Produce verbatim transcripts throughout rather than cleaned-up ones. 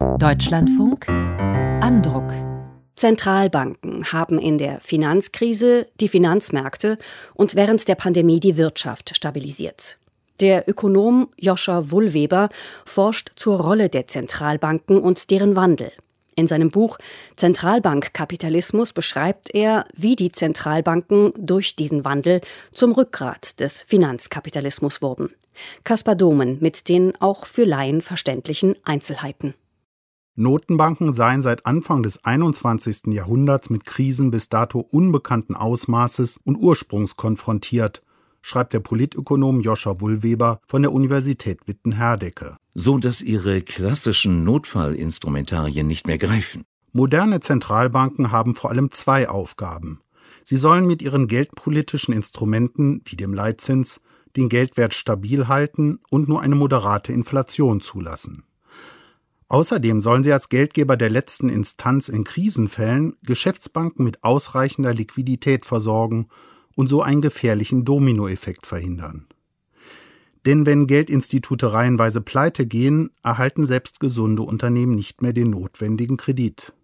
Deutschlandfunk Andruck. Zentralbanken haben in der Finanzkrise die Finanzmärkte und während der Pandemie die Wirtschaft stabilisiert. Der Ökonom Joscha Wohlweber forscht zur Rolle der Zentralbanken und deren Wandel. In seinem Buch Zentralbankkapitalismus beschreibt er, wie die Zentralbanken durch diesen Wandel zum Rückgrat des Finanzkapitalismus wurden. Kaspar Domen mit den auch für Laien verständlichen Einzelheiten. Notenbanken seien seit Anfang des einundzwanzigsten Jahrhunderts mit Krisen bis dato unbekannten Ausmaßes und Ursprungs konfrontiert, schreibt der Politökonom Joscha Wohlweber von der Universität Witten-Herdecke. So dass ihre klassischen Notfallinstrumentarien nicht mehr greifen. Moderne Zentralbanken haben vor allem zwei Aufgaben. Sie sollen mit ihren geldpolitischen Instrumenten, wie dem Leitzins, den Geldwert stabil halten und nur eine moderate Inflation zulassen. Außerdem sollen sie als Geldgeber der letzten Instanz in Krisenfällen Geschäftsbanken mit ausreichender Liquidität versorgen und so einen gefährlichen Dominoeffekt verhindern. Denn wenn Geldinstitute reihenweise pleite gehen, erhalten selbst gesunde Unternehmen nicht mehr den notwendigen Kredit.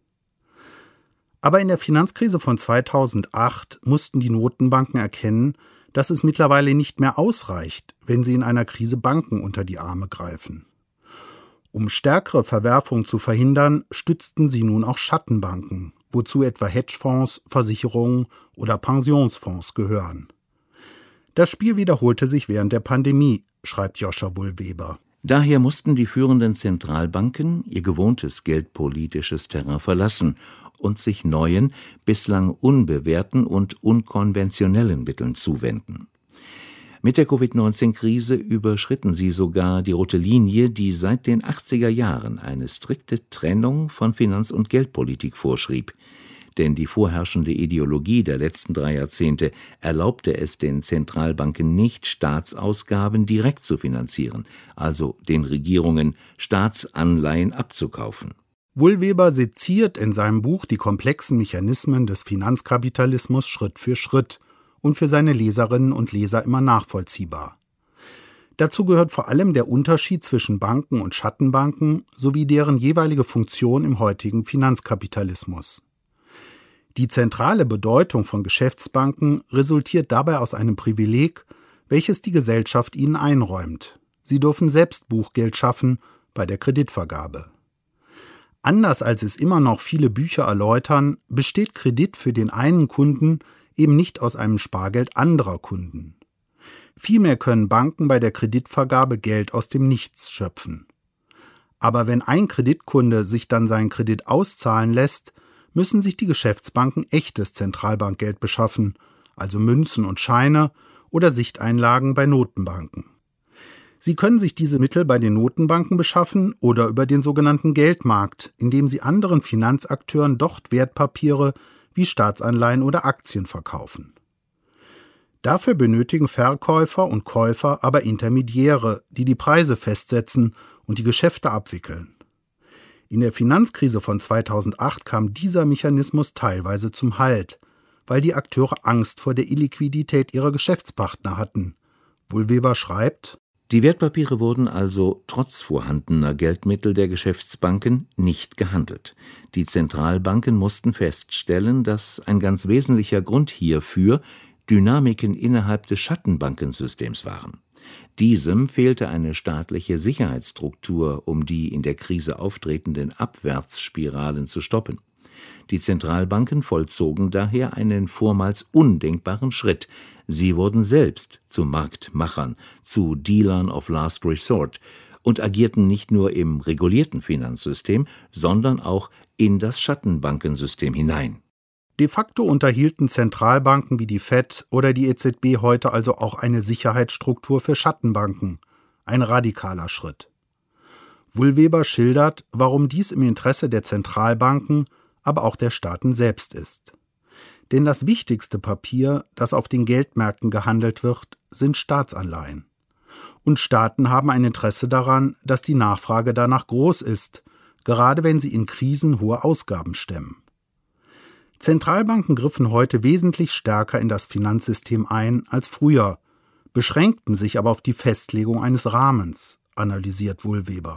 Aber in der Finanzkrise von zweitausendacht mussten die Notenbanken erkennen, dass es mittlerweile nicht mehr ausreicht, wenn sie in einer Krise Banken unter die Arme greifen. Um stärkere Verwerfungen zu verhindern, stützten sie nun auch Schattenbanken, wozu etwa Hedgefonds, Versicherungen oder Pensionsfonds gehören. Das Spiel wiederholte sich während der Pandemie, schreibt Joscha Wohlweber. Daher mussten die führenden Zentralbanken ihr gewohntes geldpolitisches Terrain verlassen und sich neuen, bislang unbewährten und unkonventionellen Mitteln zuwenden. Mit der Covid neunzehn Krise überschritten sie sogar die rote Linie, die seit den achtziger Jahren eine strikte Trennung von Finanz- und Geldpolitik vorschrieb. Denn die vorherrschende Ideologie der letzten drei Jahrzehnte erlaubte es den Zentralbanken nicht, Staatsausgaben direkt zu finanzieren, also den Regierungen Staatsanleihen abzukaufen. Wohlweber seziert in seinem Buch die komplexen Mechanismen des Finanzkapitalismus Schritt für Schritt und für seine Leserinnen und Leser immer nachvollziehbar. Dazu gehört vor allem der Unterschied zwischen Banken und Schattenbanken sowie deren jeweilige Funktion im heutigen Finanzkapitalismus. Die zentrale Bedeutung von Geschäftsbanken resultiert dabei aus einem Privileg, welches die Gesellschaft ihnen einräumt. Sie dürfen selbst Buchgeld schaffen bei der Kreditvergabe. Anders als es immer noch viele Bücher erläutern, besteht Kredit für den einen Kunden eben nicht aus einem Spargeld anderer Kunden. Vielmehr können Banken bei der Kreditvergabe Geld aus dem Nichts schöpfen. Aber wenn ein Kreditkunde sich dann seinen Kredit auszahlen lässt, müssen sich die Geschäftsbanken echtes Zentralbankgeld beschaffen, also Münzen und Scheine oder Sichteinlagen bei Notenbanken. Sie können sich diese Mittel bei den Notenbanken beschaffen oder über den sogenannten Geldmarkt, indem sie anderen Finanzakteuren dort Wertpapiere wie Staatsanleihen oder Aktien verkaufen. Dafür benötigen Verkäufer und Käufer aber Intermediäre, die die Preise festsetzen und die Geschäfte abwickeln. In der Finanzkrise von zweitausendacht kam dieser Mechanismus teilweise zum Halt, weil die Akteure Angst vor der Illiquidität ihrer Geschäftspartner hatten. Wohlweber schreibt: Die Wertpapiere wurden also trotz vorhandener Geldmittel der Geschäftsbanken nicht gehandelt. Die Zentralbanken mussten feststellen, dass ein ganz wesentlicher Grund hierfür Dynamiken innerhalb des Schattenbankensystems waren. Diesem fehlte eine staatliche Sicherheitsstruktur, um die in der Krise auftretenden Abwärtsspiralen zu stoppen. Die Zentralbanken vollzogen daher einen vormals undenkbaren Schritt. Sie wurden selbst zu Marktmachern, zu Dealern of Last Resort und agierten nicht nur im regulierten Finanzsystem, sondern auch in das Schattenbankensystem hinein. De facto unterhielten Zentralbanken wie die Fed oder die E Z B heute also auch eine Sicherheitsstruktur für Schattenbanken. Ein radikaler Schritt. Wohlweber schildert, warum dies im Interesse der Zentralbanken, aber auch der Staaten selbst ist. Denn das wichtigste Papier, das auf den Geldmärkten gehandelt wird, sind Staatsanleihen. Und Staaten haben ein Interesse daran, dass die Nachfrage danach groß ist, gerade wenn sie in Krisen hohe Ausgaben stemmen. Zentralbanken griffen heute wesentlich stärker in das Finanzsystem ein als früher, beschränkten sich aber auf die Festlegung eines Rahmens, analysiert Wohlweber.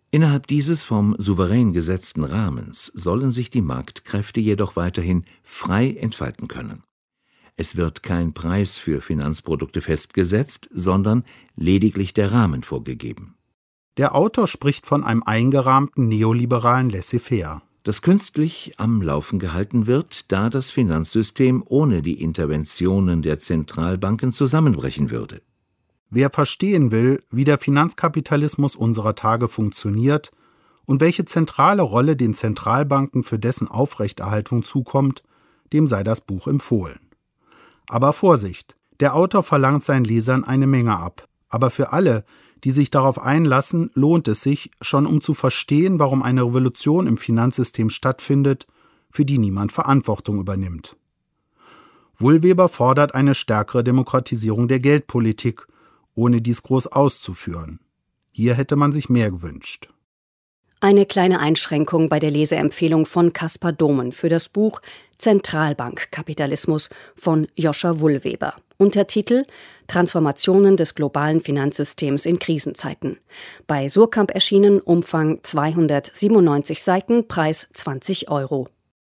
Innerhalb dieses vom Souverän gesetzten Rahmens sollen sich die Marktkräfte jedoch weiterhin frei entfalten können. Es wird kein Preis für Finanzprodukte festgesetzt, sondern lediglich der Rahmen vorgegeben. Der Autor spricht von einem eingerahmten neoliberalen Laissez-faire, das künstlich am Laufen gehalten wird, da das Finanzsystem ohne die Interventionen der Zentralbanken zusammenbrechen würde. Wer verstehen will, wie der Finanzkapitalismus unserer Tage funktioniert und welche zentrale Rolle den Zentralbanken für dessen Aufrechterhaltung zukommt, dem sei das Buch empfohlen. Aber Vorsicht, der Autor verlangt seinen Lesern eine Menge ab. Aber für alle, die sich darauf einlassen, lohnt es sich, schon um zu verstehen, warum eine Revolution im Finanzsystem stattfindet, für die niemand Verantwortung übernimmt. Wohlweber fordert eine stärkere Demokratisierung der Geldpolitik, ohne dies groß auszuführen. Hier hätte man sich mehr gewünscht. Eine kleine Einschränkung bei der Leseempfehlung von Caspar Domen für das Buch Zentralbankkapitalismus von Joscha Wohlweber. Untertitel Transformationen des globalen Finanzsystems in Krisenzeiten. Bei Suhrkamp erschienen, Umfang zweihundertsiebenundneunzig Seiten, Preis zwanzig Euro.